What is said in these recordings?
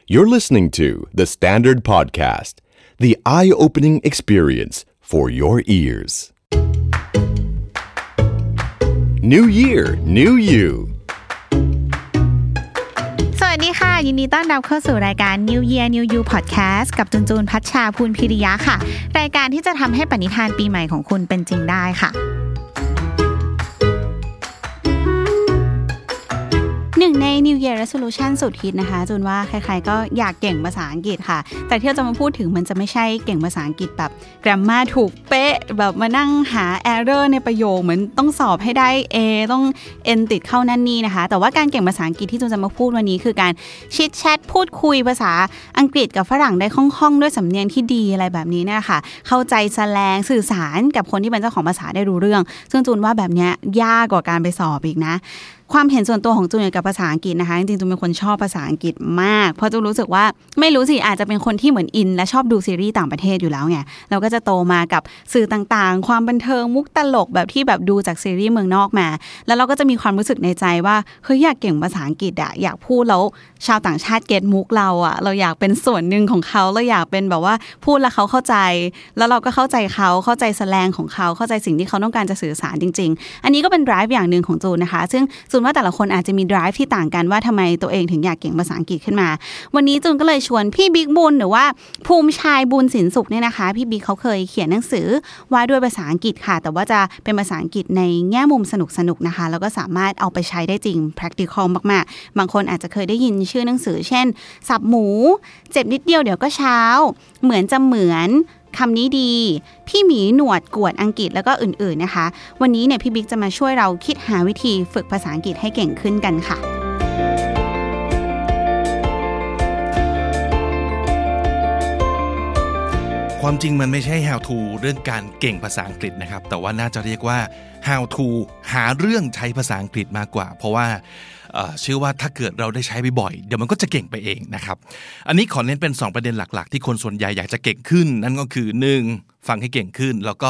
You're listening to The Standard Podcast, the eye-opening experience for your ears. New Year, New You. สวัสดีค่ะยินดีต้อนรับเข้าสู่รายการ New Year New You Podcast กับจูนพัชชาภูลพิริยะค่ะรายการที่จะทำให้ปณิธานปีใหม่ของคุณเป็นจริงได้ค่ะหนึ่งใน New Year Resolution สุดฮิตนะคะจูนว่าใครๆก็อยากเก่งภาษาอังกฤษค่ะแต่ที่เราจะมาพูดถึงมันจะไม่ใช่เก่งภาษาอังกฤษแบบ grammar ถูกเป๊ะแบบมานั่งหา error ในประโยคเหมือนต้องสอบให้ได้ A ต้อง N ติดเข้านั่นนี่นะคะแต่ว่าการเก่งภาษาอังกฤษที่จูนจะมาพูดวันนี้คือการชิดแชทพูดคุยภาษาอังกฤษกับฝรั่งได้คล่องๆด้วยสำเนียงที่ดีอะไรแบบนี้นะคะเข้าใจแสแลงสื่อสารกับคนที่เป็นเจ้าของภาษาได้รู้เรื่องซึ่งจูนว่าแบบนี้ยากกว่าการไปสอบอีกนะความเห็นส่วนตัวของจูนเกี่ยวกับภาษาอังกฤษนะคะจริงๆจูนเป็นคนชอบภาษาอังกฤษมากเพราะจูนรู้สึกว่าไม่รู้สิอาจจะเป็นคนที่เหมือนอินและชอบดูซีรีส์ต่างประเทศอยู่แล้วไงเราก็จะโตมากับสื่อต่างๆความบันเทิงมุกตลกแบบที่แบบดูจากซีรีส์เมืองนอกมาแล้วเราก็จะมีความรู้สึกในใจว่าเฮ้ยอยากเก่งภาษาอังกฤษอะอยากพูดแล้วชาวต่างชาติเก็ทมุกเราอะเราอยากเป็นส่วนหนึ่งของเขาเราอยากเป็นแบบว่าพูดแล้วเขาเข้าใจแล้วเราก็เข้าใจเขาเข้าใจแสแลงของเขาเข้าใจสิ่งที่เขาต้องการจะสื่อสารจริงๆอันนี้ก็เป็น drive อย่างนึงของจูนนะคะซึ่งจูนว่าแต่ละคนอาจจะมีdrive ที่ต่างกันว่าทำไมตัวเองถึงอยากเก่งภาษาอังกฤษขึ้นมาวันนี้จูนก็เลยชวนพี่บิ๊กบุญหรือว่าภูมิชัยบุญสินสุขเนี่ยนะคะพี่บิ๊กเขาเคยเขียนหนังสือว่าด้วยภาษาอังกฤษค่ะแต่ว่าจะเป็นภาษาอังกฤษในแง่มุมสนุกๆนะคะแล้วก็สามารถเอาไปใช้ได้จริง practical มากๆบางคนอาจจะเคยได้ยินชื่อหนังสือเช่นสับหมูเจ็บนิดเดียวเดี๋ยวก็เช้าเหมือนจะเหมือนคำนี้ดีพี่หมีหนวดกวดอังกฤษแล้วก็อื่นๆนะคะวันนี้เนี่ยพี่บิ๊กจะมาช่วยเราคิดหาวิธีฝึกภาษาอังกฤษให้เก่งขึ้นกันค่ะความจริงมันไม่ใช่ how to เรื่องการเก่งภาษาอังกฤษนะครับแต่ว่าน่าจะเรียกว่า how to หาเรื่องใช้ภาษาอังกฤษมากกว่าเพราะว่าเชื่อว่าถ้าเกิดเราได้ใช้บ่อยๆเดี๋ยวมันก็จะเก่งไปเองนะครับอันนี้ขอเน้นเป็น2ประเด็นหลักๆที่คนส่วนใหญ่อยากจะเก่งขึ้นนั่นก็คือ1ฟังให้เก่งขึ้นแล้วก็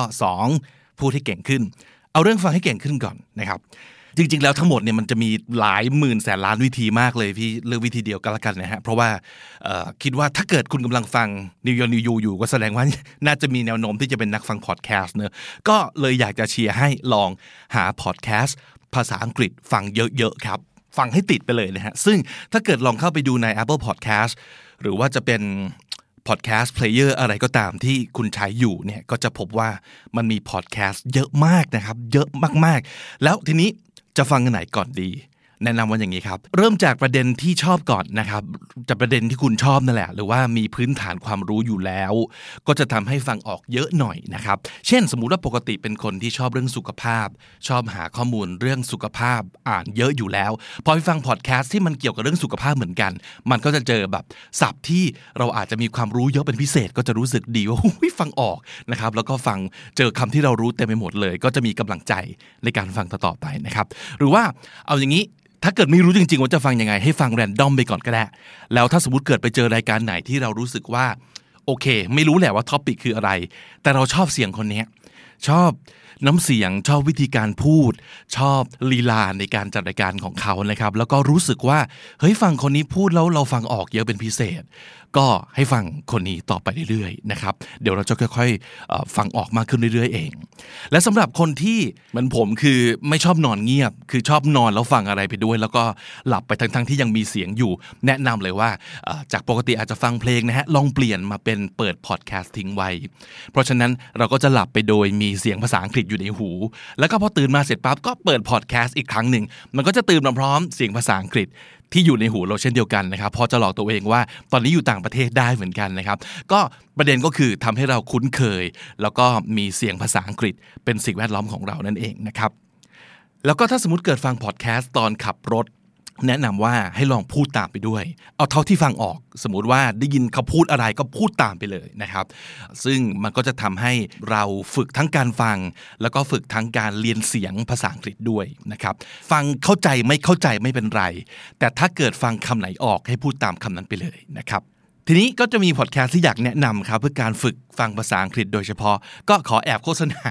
2พูดให้เก่งขึ้นเอาเรื่องฟังให้เก่งขึ้นก่อนนะครับจริงๆแล้วทั้งหมดเนี่ยมันจะมีหลายหมื่นแสนล้านวิธีมากเลยพี่เลือกวิธีเดียวกันละกันนะฮะเพราะว่าคิดว่าถ้าเกิดคุณกำลังฟัง New Year New You อยู่ก็แสดงว่าน่าจะมีแนวโน้มที่จะเป็นนักฟังพอดแคสต์เนอะก็เลยอยากจะเชียร์ให้ลองหาพอดแคสต์ภาษาอังกฤษฟังเยอะๆครับฟังให้ติดไปเลยนะฮะซึ่งถ้าเกิดลองเข้าไปดูใน Apple Podcast หรือว่าจะเป็น Podcast Player อะไรก็ตามที่คุณใช้อยู่เนี่ยก็จะพบว่ามันมี Podcast เยอะมากนะครับเยอะมากๆแล้วทีนี้จะฟังกันไหนก่อนดีแนะนำว่าอย่างนี้ครับเริ่มจากประเด็นที่ชอบก่อนนะครับจะประเด็นที่คุณชอบนั่นแหละหรือว่ามีพื้นฐานความรู้อยู่แล้วก็จะทำให้ฟังออกเยอะหน่อยนะครับเช่นสมมุติว่าปกติเป็นคนที่ชอบเรื่องสุขภาพชอบหาข้อมูลเรื่องสุขภาพอ่านเยอะอยู่แล้วพอไปฟังพอดแคสต์ที่มันเกี่ยวกับเรื่องสุขภาพเหมือนกันมันก็จะเจอแบบศัพท์ที่เราอาจจะมีความรู้เยอะเป็นพิเศษก็จะรู้สึกดีว่าฟังออกนะครับแล้วก็ฟังเจอคำที่เรารู้เต็มไปหมดเลยก็จะมีกำลังใจในการฟังต่อไปนะครับหรือว่าเอาอย่างนี้ถ้าเกิดไม่รู้จริงๆว่าจะฟังยังไงให้ฟังแรนดอมไปก่อนก็ได้แล้วถ้าสมมุติเกิดไปเจอรายการไหนที่เรารู้สึกว่าโอเคไม่รู้แหละว่าท็อปิกคืออะไรแต่เราชอบเสียงคนนี้ชอบน้ำเสียงชอบวิธีการพูดชอบลีลาในการจัดรายการของเขานะครับแล้วก็รู้สึกว่าเฮ้ยฟังคนนี้พูดแล้วเราฟังออกเยอะเป็นพิเศษก็ให้ฟังคนนี้ต่อไปเรื่อยๆนะครับเดี๋ยวเราจะค่อยๆฟังออกมากขึ้นเรื่อยๆเองและสำหรับคนที่เหมือนผมคือไม่ชอบนอนเงียบคือชอบนอนแล้วฟังอะไรไปด้วยแล้วก็หลับไปทั้งๆที่ยังมีเสียงอยู่แนะนำเลยว่าจากปกติอาจจะฟังเพลงนะฮะลองเปลี่ยนมาเป็นเปิดพอดแคสต์ทิ้งไว้เพราะฉะนั้นเราก็จะหลับไปโดยมีเสียงภาษาอังกฤษอยู่ในหูแล้วก็พอตื่นมาเสร็จปั๊บก็เปิดพอดแคสต์อีกครั้งหนึ่งมันก็จะตื่นมาพร้อมเสียงภาษาอังกฤษที่อยู่ในหูเราเช่นเดียวกันนะครับพอจะหลอกตัวเองว่าตอนนี้อยู่ต่างประเทศได้เหมือนกันนะครับก็ประเด็นก็คือทำให้เราคุ้นเคยแล้วก็มีเสียงภาษาอังกฤษเป็นสิ่งแวดล้อมของเรานั่นเองนะครับแล้วก็ถ้าสมมุติเกิดฟังพอดแคสต์ตอนขับรถแนะนำว่าให้ลองพูดตามไปด้วยเอาเท่าที่ฟังออกสมมุติว่าได้ยินเขาพูดอะไรก็พูดตามไปเลยนะครับซึ่งมันก็จะทำให้เราฝึกทั้งการฟังแล้วก็ฝึกทั้งการเรียนเสียงภาษาอังกฤษด้วยนะครับฟังเข้าใจไม่เข้าใจไม่เป็นไรแต่ถ้าเกิดฟังคำไหนออกให้พูดตามคำนั้นไปเลยนะครับทีนี้ก็จะมีพอดแคสต์ที่อยากแนะนำครับเพื่อการฝึกฟังภาษาอังกฤษโดยเฉพาะก็ขอแอบโฆษณา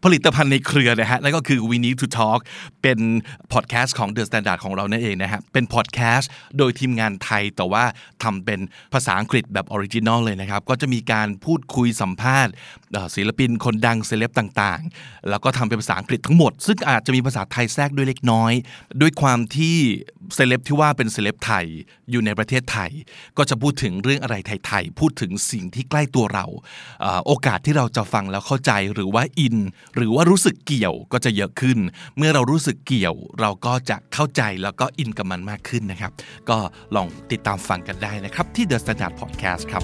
ผลิตภัณฑ์ในเครือนะฮะนั่นก็คือ We Need to Talk เป็นพอดแคสต์ของ The Standard ของเรานั่นเองนะฮะเป็นพอดแคสต์โดยทีมงานไทยแต่ว่าทำเป็นภาษาอังกฤษแบบออริจินอลเลยนะครับก็จะมีการพูดคุยสัมภาษณ์ศิลปินคนดังเซเลบต่างๆแล้วก็ทำเป็นภาษาอังกฤษทั้งหมดซึ่งอาจจะมีภาษาไทยแทรกด้วยเล็กน้อยด้วยความที่เซเลบที่ว่าเป็นเซเลบไทยอยู่ในประเทศไทยก็จะพูดถึงเรื่องอะไรไทยๆพูดถึงสิ่งที่ใกล้ตัวเราโอกาสที่เราจะฟังแล้วเข้าใจหรือว่าอินหรือว่ารู้สึกเกี่ยวก็จะเยอะขึ้นเมื่อเรารู้สึกเกี่ยวเราก็จะเข้าใจแล้วก็อินกับมันมากขึ้นนะครับก็ลองติดตามฟังกันได้นะครับที่ The Standard Podcast ครับ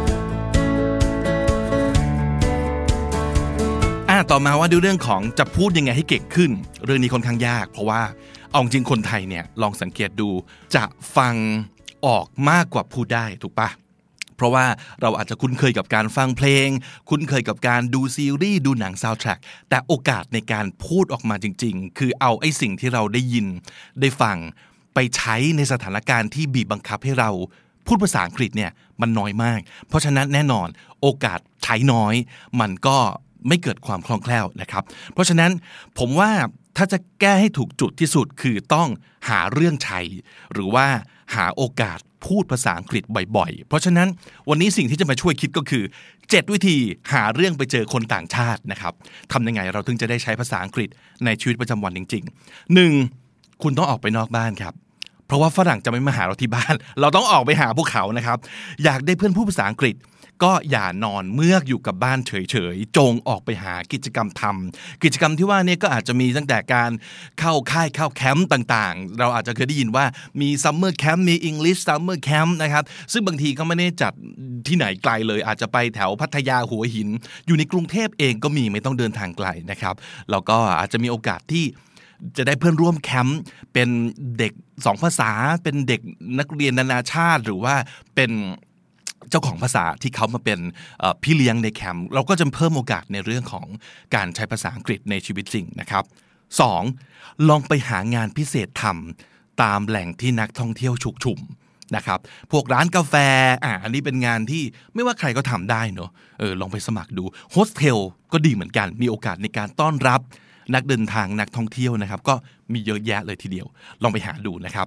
ต่อมาว่าด้วยเรื่องของจะพูดยังไงให้เก่งขึ้นเรื่องนี้ค่อนข้างยากเพราะว่าเอาจริงคนไทยเนี่ยลองสังเกตดูจะฟังออกมากกว่าพูดได้ถูกปะเพราะว่าเราอาจจะคุ้นเคยกับการฟังเพลงคุ้นเคยกับการดูซีรีส์ดูหนังซาวด์แทร็กแต่โอกาสในการพูดออกมาจริงๆคือเอาไอ้สิ่งที่เราได้ยินได้ฟังไปใช้ในสถานการณ์ที่บีบบังคับให้เราพูดภาษาอังกฤษเนี่ยมันน้อยมากเพราะฉะนั้นแน่นอนโอกาสใช้น้อยมันก็ไม่เกิดความคล่องแคล่วนะครับเพราะฉะนั้นผมว่าถ้าจะแก้ให้ถูกจุดที่สุดคือต้องหาเรื่องใช้หรือว่าหาโอกาสพูดภาษาอังกฤษบ่อยๆเพราะฉะนั้นวันนี้สิ่งที่จะมาช่วยคิดก็คือ7วิธีหาเรื่องไปเจอคนต่างชาตินะครับทำยังไงเราถึงจะได้ใช้ภาษาอังกฤษในชีวิตประจำวันจริงๆ 1. คุณต้องออกไปนอกบ้านครับเพราะว่าฝรั่งจะไม่มาหาเราที่บ้านเราต้องออกไปหาพวกเขานะครับอยากได้เพื่อนพูดภาษาอังกฤษก็อย่านอนเมือกอยู่กับบ้านเฉยๆจงออกไปหากิจกรรมทำกิจกรรมที่ว่านี่ก็อาจจะมีตั้งแต่การเข้าค่ายเข้าแคมป์ต่างๆเราอาจจะเคยได้ยินว่ามีซัมเมอร์แคมป์มี English Summer Camp นะครับซึ่งบางทีก็ไม่ได้จัดที่ไหนไกลเลยอาจจะไปแถวพัทยาหัวหินอยู่ในกรุงเทพเองก็มีไม่ต้องเดินทางไกลนะครับแล้วก็อาจจะมีโอกาสที่จะได้เพื่อนร่วมแคมป์เป็นเด็ก2ภาษาเป็นเด็กนักเรียนนานาชาติหรือว่าเป็นเจ้าของภาษาที่เขามาเป็นพี่เลี้ยงในแคมป์เราก็จะเพิ่มโอกาสในเรื่องของการใช้ภาษาอังกฤษในชีวิตจริงนะครับ 2. ลองไปหางานพิเศษทำตามแหล่งที่นักท่องเที่ยวชุกชุมนะครับพวกร้านกาแฟอันนี้เป็นงานที่ไม่ว่าใครก็ทำได้เนอะลองไปสมัครดูโฮสเทลก็ดีเหมือนกันมีโอกาสในการต้อนรับนักเดินทางนักท่องเที่ยวนะครับก็มีเยอะแยะเลยทีเดียวลองไปหาดูนะครับ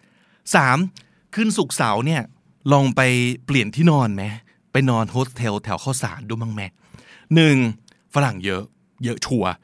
3. คืนศุกร์เสาร์เนี่ยลองไปเปลี่ยนที่นอนไหมไปนอนโฮสเทลแถวข้าวสารดูบ้างไหม 1. ฝรั่งเยอะชัวร์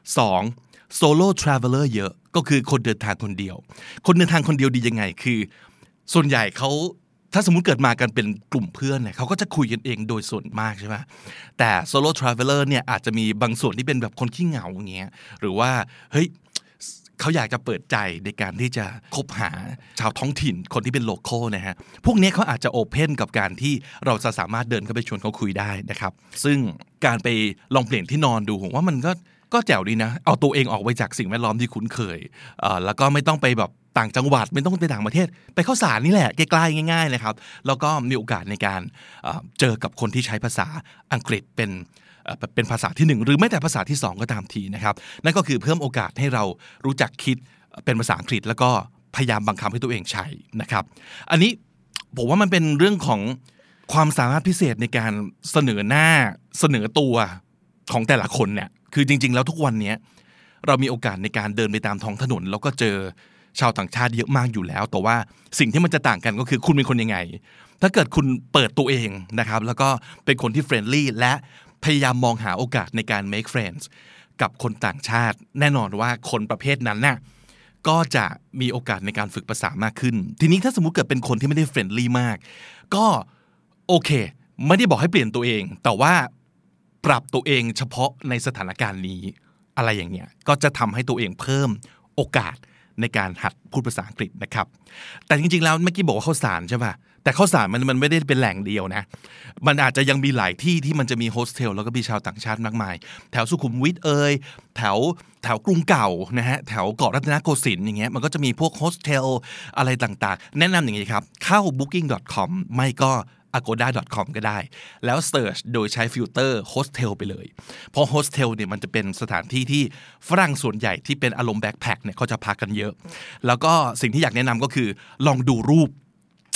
2. โซโล่ทราเวลเลอร์เยอะก็คือคนเดินทางคนเดียวคนเดินทางคนเดียวดียังไงคือส่วนใหญ่เขาถ้าสมมุติเกิดมากันเป็นกลุ่มเพื่อนเนี่ยเขาก็จะคุยกันเองโดยส่วนมากใช่ไหมแต่โซโล่ทราเวลเลอร์เนี่ยอาจจะมีบางส่วนที่เป็นแบบคนขี้เหงาอย่างเงี้ยหรือว่าเฮ้ยเขาอยากจะเปิดใจในการที่จะคบหาชาวท้องถิ่นคนที่เป็นโลคอลนะฮะพวกนี้เขาอาจจะโอเพนกับการที่เราจะสามารถเดินเข้าไปชวนเขาคุยได้นะครับซึ่งการไปลองเปลี่ยนที่นอนดูผมว่ามันก็แจ๋วดีนะเอาตัวเองออกไปจากสิ่งแวดล้อมที่คุ้นเคยแล้วก็ไม่ต้องไปแบบต่างจังหวัดไม่ต้องไปต่างประเทศไปเข้าสารนี่แหละใกล้ๆง่ายๆนะครับแล้วก็มีโอกาสในการเจอกับคนที่ใช้ภาษาอังกฤษเป็นภาษาที่1หรือแม้แต่ภาษาที่2ก็ตามทีนะครับนั่นก็คือเพิ่มโอกาสให้เรารู้จักคิดเป็นภาษาอังกฤษแล้วก็พยายามบังคับให้ตัวเองใช้นะครับอันนี้ผมว่ามันเป็นเรื่องของความสามารถพิเศษในการเสนอหน้าเสนอตัวของแต่ละคนเนี่ยคือจริงๆแล้วทุกวันนี้เรามีโอกาสในการเดินไปตามท้องถนนแล้วก็เจอชาวต่างชาติเยอะมากอยู่แล้วแต่ว่าสิ่งที่มันจะต่างกันก็คือคุณเป็นคนยังไงถ้าเกิดคุณเปิดตัวเองนะครับแล้วก็เป็นคนที่เฟรนลี่และพยายามมองหาโอกาสในการ make friends กับคนต่างชาติแน่นอนว่าคนประเภทนั้นน่ะก็จะมีโอกาสในการฝึกภาษามากขึ้นทีนี้ถ้าสมมุติเกิดเป็นคนที่ไม่ได้เฟรนลี่มากก็โอเคไม่ได้บอกให้เปลี่ยนตัวเองแต่ว่าปรับตัวเองเฉพาะในสถานการณ์นี้อะไรอย่างเงี้ยก็จะทำให้ตัวเองเพิ่มโอกาสในการหัดพูดภาษาอังกฤษนะครับแต่จริงๆแล้วเมื่อกี้บอกว่าข้าวสารใช่ป่ะแต่ข้าวสารมันไม่ได้เป็นแหล่งเดียวนะมันอาจจะยังมีหลายที่ที่มันจะมีโฮสเทลแล้วก็มีชาวต่างชาติมากมายแถวสุขุมวิทแถวกรุงเก่านะฮะแถวเกาะรัตนโกสินทร์อย่างเงี้ยมันก็จะมีพวกโฮสเทลอะไรต่างๆแนะนำอย่างนี้ครับเข้า booking.com ไม่ก็ agoda.com ก็ได้แล้ว search โดยใช้ฟิลเตอร์ hostel ไปเลยเพราะ hostel เนี่ยมันจะเป็นสถานที่ที่ฝรั่งส่วนใหญ่ที่เป็นอารมณ์แบ็คแพ็คเนี่ยเขาจะพักกันเยอะแล้วก็สิ่งที่อยากแนะนำก็คือลองดูรูป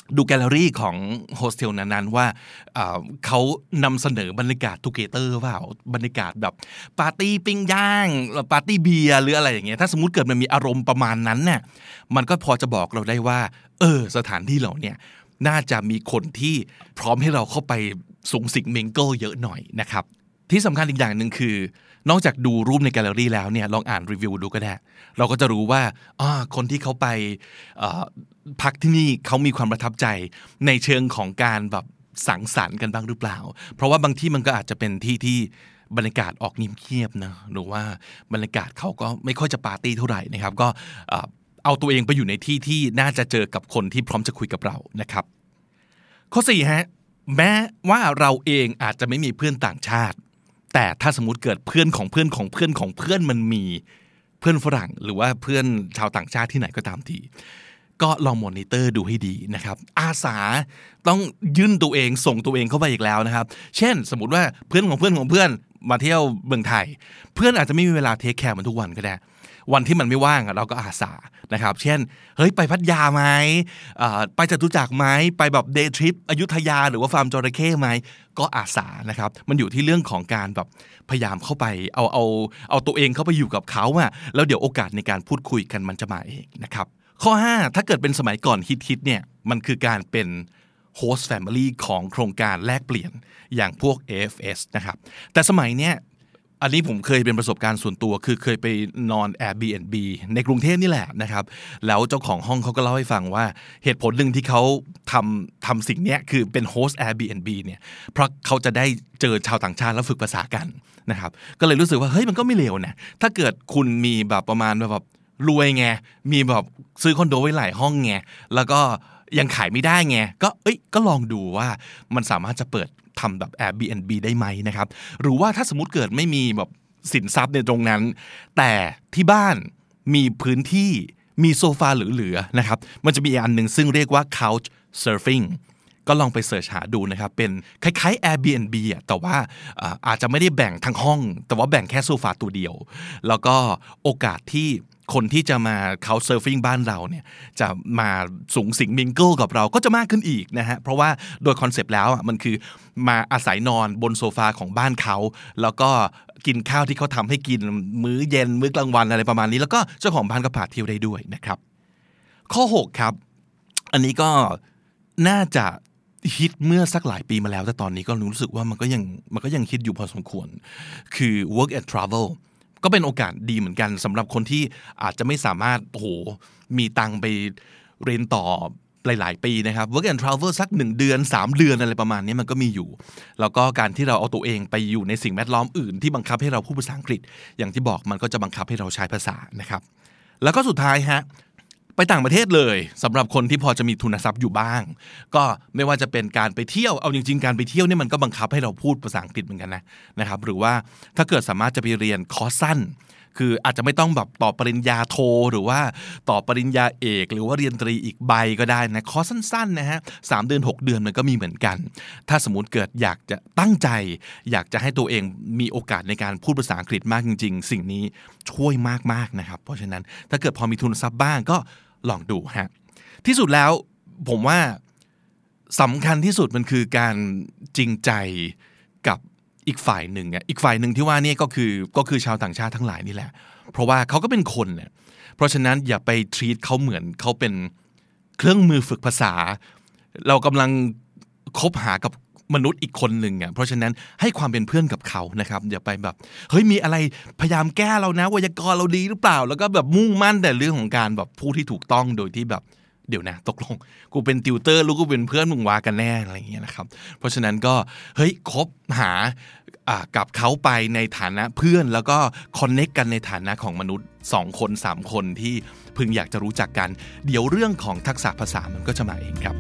ดูแกลเลอรี่ของโฮสเทลนั้นๆว่าเขานำเสนอบรรยากาศทูเกเตอร์เปล่าบรรยากาศแบบปาร์ตี้ปิ้งย่างปาร์ตี้เบียร์หรืออะไรอย่างเงี้ยถ้าสมมุติเกิดมันมีอารมณ์ประมาณนั้นเนี่ยมันก็พอจะบอกเราได้ว่าสถานที่เราเนี่ยน่าจะมีคนที่พร้อมให้เราเข้าไปสุงสิงมิงเกิลเยอะหน่อยนะครับที่สำคัญอีกอย่างนึงคือนอกจากดูรูปในแกลเลอรี่แล้วเนี่ยลองอ่านรีวิวดูก็ได้เราก็จะรู้ว่าคนที่เขาไปพักที่นี่เขามีความประทับใจในเชิงของการแบบสังสรรค์กันบ้างหรือเปล่าเพราะว่าบางที่มันก็อาจจะเป็นที่ที่บรรยากาศออกเงียบๆนะหรือว่าบรรยากาศเขาก็ไม่ค่อยจะปาร์ตี้เท่าไหร่นะครับก็เอาตัวเองไปอยู่ในที่ที่น่าจะเจอกับคนที่พร้อมจะคุยกับเรานะครับข้อ4ฮะแม้ว่าเราเองอาจจะไม่มีเพื่อนต่างชาติแต่ถ้าสมมุติเกิดเพื่อนของเพื่อนของเพื่อนของเพื่อนมันมีเพื่อนฝรั่งหรือว่าเพื่อนชาวต่างชาติที่ไหนก็ตามทีก็ลองมอนิเตอร์ดูให้ดีนะครับอาสาต้องยื่นตัวเองส่งตัวเองเข้าไปอีกแล้วนะครับเช่นสมมุติว่าเพื่อนของเพื่อนของเพื่อนมาเที่ยวเมืองไทยเพื่อนอาจจะไม่มีเวลาเทคแคร์มันทุกวันก็ได้วันที่มันไม่ว่างเราก็อาสานะครับเช่นเฮ้ยไปพัทยาไหมไปจตุจักรไหมไปแบบเดย์ทริปอยุธยาหรือว่าฟาร์มจระเข้ไหมก็อาสานะครับมันอยู่ที่เรื่องของการแบบพยายามเข้าไปเอาตัวเองเข้าไปอยู่กับเขาอะแล้วเดี๋ยวโอกาสในการพูดคุยกันมันจะมาเองนะครับข้อ5ถ้าเกิดเป็นสมัยก่อนฮิตเนี่ยมันคือการเป็นโฮสต์ family ของโครงการแลกเปลี่ยนอย่างพวก AFS นะครับแต่สมัยเนี้ยอันนี้ผมเคยเป็นประสบการณ์ส่วนตัวคือเคยไปนอน Airbnb ในกรุงเทพนี่แหละนะครับแล้วเจ้าของห้องเขาก็เล่าให้ฟังว่าเหตุผลหนึ่งที่เขาทำสิ่งนี้คือเป็นโฮสต์ Airbnb เนี่ยเพราะเขาจะได้เจอชาวต่างชาติแล้วฝึกภาษากันนะครับก็เลยรู้สึกว่าเฮ้ยมันก็ไม่เลวนะถ้าเกิดคุณมีแบบประมาณแบบรวยไงมีแบบซื้อคอนโดไว้หลายห้องไงแล้วก็ยังขายไม่ได้ไงก็ลองดูว่ามันสามารถจะเปิดทำแบบ Airbnb ได้ไหมนะครับหรือว่าถ้าสมมุติเกิดไม่มีแบบสินทรัพย์ในตรงนั้นแต่ที่บ้านมีพื้นที่มีโซฟาเหลือๆนะครับมันจะมีอันนึงซึ่งเรียกว่า couch surfing ก็ลองไปเสิร์ชหาดูนะครับเป็นคล้ายๆ Airbnb อ่ะแต่ว่าอาจจะไม่ได้แบ่งทั้งห้องแต่ว่าแบ่งแค่โซฟาตัวเดียวแล้วก็โอกาสที่คนที่จะมาcouch surfingบ้านเราเนี่ยจะมาสุงสิงมิงเกิลกับเราก็จะมากขึ้นอีกนะฮะเพราะว่าโดยคอนเซปต์แล้วมันคือมาอาศัยนอนบนโซฟาของบ้านเขาแล้วก็กินข้าวที่เขาทำให้กินมื้อเย็นมื้อกลางวันอะไรประมาณนี้แล้วก็เจ้าของบ้านก็พาเที่ยวได้ด้วยนะครับข้อ6ครับอันนี้ก็น่าจะฮิตเมื่อสักหลายปีมาแล้วแต่ตอนนี้ก็รู้สึกว่ามันก็ยังฮิตอยู่พอสมควรคือ work and travelก็เป็นโอกาสดีเหมือนกันสำหรับคนที่อาจจะไม่สามารถมีตังไปเรียนต่อหลายๆปีนะครับ work and travel สัก1เดือน3เดือนอะไรประมาณนี้มันก็มีอยู่แล้วก็การที่เราเอาตัวเองไปอยู่ในสิ่งแวดล้อมอื่นที่บังคับให้เราพูดภาษาอังกฤษอย่างที่บอกมันก็จะบังคับให้เราใช้ภาษานะครับแล้วก็สุดท้ายฮะไปต่างประเทศเลยสำหรับคนที่พอจะมีทุนทรัพย์อยู่บ้างก็ไม่ว่าจะเป็นการไปเที่ยวเอาจริงๆการไปเที่ยวนี่มันก็บังคับให้เราพูดภาษาอังกฤษเหมือนกันนะครับหรือว่าถ้าเกิดสามารถจะไปเรียนคอร์สสั้นคืออาจจะไม่ต้องแบบต่อปริญญาโทหรือว่าต่อปริญญาเอกหรือว่าเรียนตรีอีกใบก็ได้นะคอร์สสั้นๆนะฮะ3เดือน6เดือนมันก็มีเหมือนกันถ้าสมมุติเกิดอยากจะตั้งใจอยากจะให้ตัวเองมีโอกาสในการพูดภาษาอังกฤษมากจริงๆสิ่งนี้ช่วยมากๆนะครับเพราะฉะนั้นถ้าเกิดพอมีทุนทรัพย์บ้างก็ลองดูฮะที่สุดแล้วผมว่าสำคัญที่สุดมันคือการจริงใจกับอีกฝ่ายหนึ่งอีกฝ่ายหนึ่งที่ว่านี่ก็คือชาวต่างชาติทั้งหลายนี่แหละเพราะว่าเขาก็เป็นคนเนี่ยเพราะฉะนั้นอย่าไป treat เขาเหมือนเขาเป็นเครื่องมือฝึกภาษาเรากำลังคบหากับมนุษย์อีกคนหนึ่งเพราะฉะนั้นให้ความเป็นเพื่อนกับเขานะครับอย่าไปแบบเฮ้ยมีอะไรพยายามแก้เรานะไวยากรณ์เราดีหรือเปล่าแล้วก็แบบมุ่งมั่นแต่เรื่องของการแบบพูดที่ถูกต้องโดยที่แบบเดี๋ยวนะตกลงกูเป็นติวเตอร์ลูกกูเป็นเพื่อนมึงว่ากันแน่อะไรอย่างเงี้ยนะครับเพราะฉะนั้นก็เฮ้ยคบหากับเขาไปในฐานะเพื่อนแล้วก็คอนเนคกันในฐานะของมนุษย์2คน3คนที่พึงอยากจะรู้จักกันเดี๋ยวเรื่องของทักษะภาษามันก็จะมาเองครับ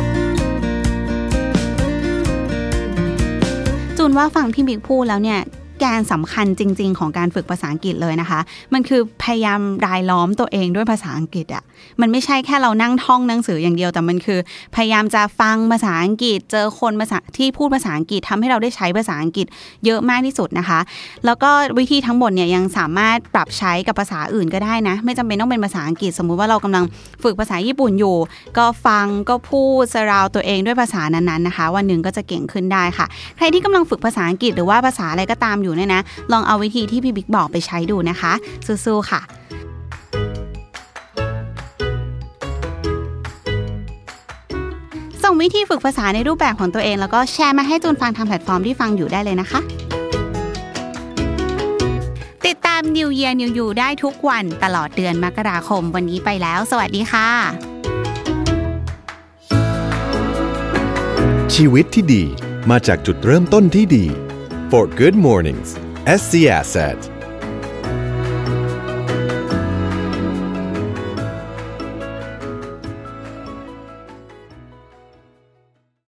จูนว่าฟังพี่บิ๊กพูดแล้วเนี่ยแกนสำคัญจริงๆของการฝึกภาษาอังกฤษเลยนะคะมันคือพยายามรายล้อมตัวเองด้วยภาษาอังกฤษอ่ะมันไม่ใช่แค่เรานั่งท่องหนังสืออย่างเดียวแต่มันคือพยายามจะฟังภาษาอังกฤษเจอคนภาษาที่พูดภาษาอังกฤษทำให้เราได้ใช้ภาษาอังกฤษเยอะมากที่สุดนะคะแล้วก็วิธีทั้งหมดเนี่ยยังสามารถปรับใช้กับภาษาอื่นก็ได้นะไม่จำเป็นต้องเป็นภาษาอังกฤษสมมุติว่าเรากำลังฝึกภาษาญี่ปุ่นอยู่ก็ฟังก็พูดสราวตัวเองด้วยภาษานั้นๆนะคะวันหนึ่งก็จะเก่งขึ้นได้ค่ะใครที่กำลังฝึกภาษาอังกฤษหรือว่าภาษาอะไรก็ตามอยู่เนี่ยนะลองเอาวิธีที่พี่บิ๊กบอกไปใช้ดูนะคะสู้ๆค่ะส่งวิธีฝึกภาษาในรูปแบบของตัวเองแล้วก็แชร์มาให้จูนฟังทางแพลตฟอร์มที่ฟังอยู่ได้เลยนะคะติดตาม New Year New You ได้ทุกวันตลอดเดือนมกราคมวันนี้ไปแล้วสวัสดีค่ะชีวิตที่ดีมาจากจุดเริ่มต้นที่ดี For Good Mornings SC Asset